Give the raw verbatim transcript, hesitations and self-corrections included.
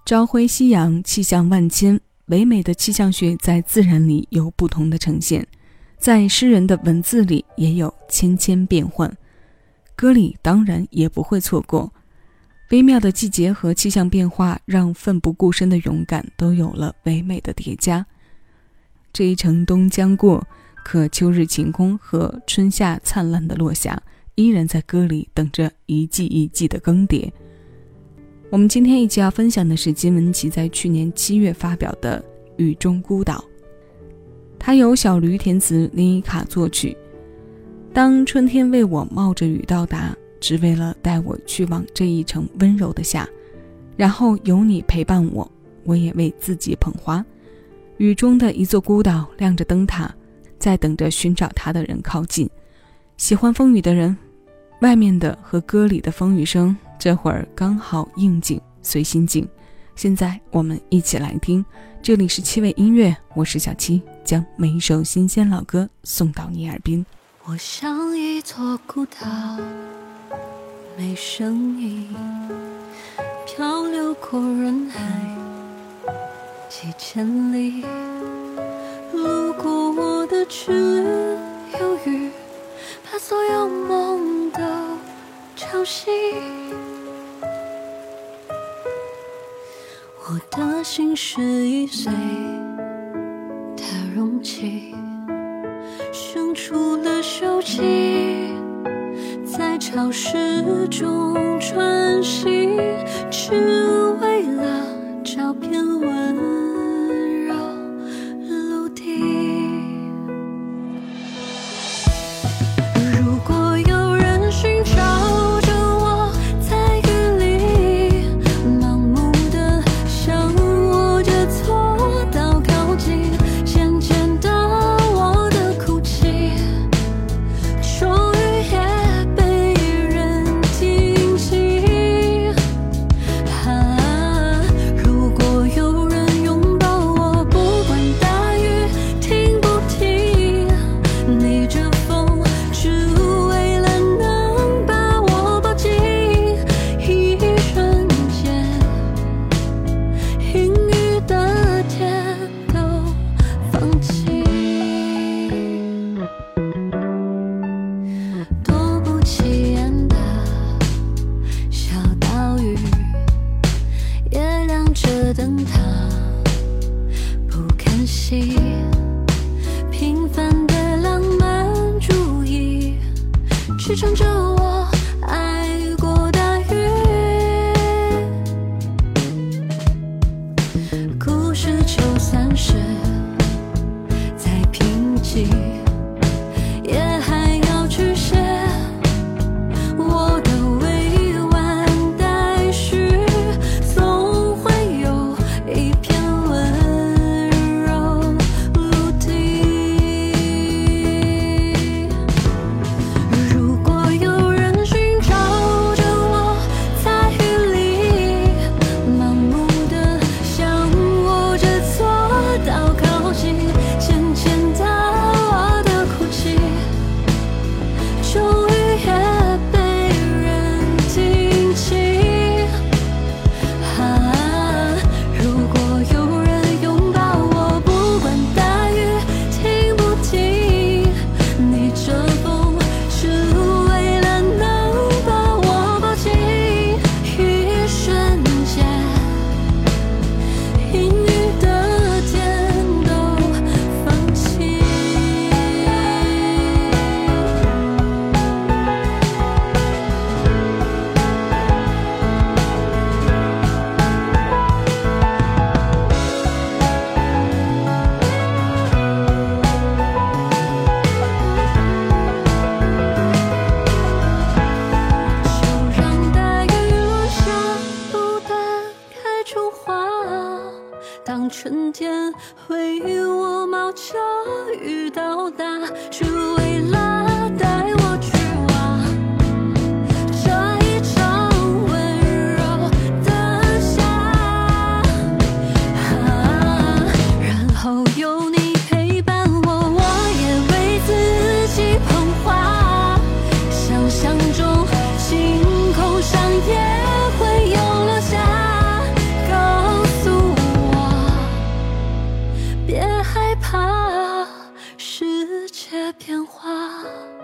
朝晖夕阳，气象万千，唯美的气象学在自然里有不同的呈现，在诗人的文字里也有千千变换，歌里当然也不会错过。微妙的季节和气象变化，让奋不顾身的勇敢都有了唯美的叠加。这一程冬将过，可秋日晴空和春夏灿烂的落霞依然在歌里等着一季一季的更迭。我们今天一起要分享的是金玟岐在去年七月发表的《雨中孤岛》，它由小驴填词，林依卡作曲。当春天为我冒着雨到达，只为了带我去往这一程温柔的夏，然后有你陪伴我，我也为自己捧花。雨中的一座孤岛，亮着灯塔，在等着寻找它的人靠近。喜欢风雨的人，外面的和歌里的风雨声，这会儿刚好应景，随心境。现在我们一起来听，这里是七味音乐，我是小七，将每一首新鲜老歌送到你耳边。 我像一座孤岛，没声音，漂流过人海几千里，路过我的只有雨，把所有梦都潮汐。我的心是一岁的容器，生出了锈迹，在潮湿中穿行，只为了找片温柔陆地。如果有人寻找着我在雨里，盲目的向我这座岛靠近，渐渐的我的哭泣终于也被人听清。啊，如果有人拥抱我，不管大雨停不停，逆着风只为了能把我抱紧，一瞬间阴雨的天都放弃。多不起眼的小岛屿，也亮着灯塔，不看戏，平凡的浪漫主义支撑着我爱过大雨。故事就算是再平静，也还要去写我的委婉待续，总会有一片温柔陆地。如果有人寻找着我在雨里，盲目的向我这座岛靠近，渐渐的我的哭泣终于也被人听清。啊，如果有人拥抱我，不管大雨停不停，逆着风只为了能把我抱紧，一瞬间阴雨的天都放弃。就让大雨落下，不断开出花，当春天为我冒着雨到达，只为了带我去往这一场温柔的夏。啊，然后有你陪伴我，我也为自己捧花，想象中星空上也会有留下。告怕世界变化。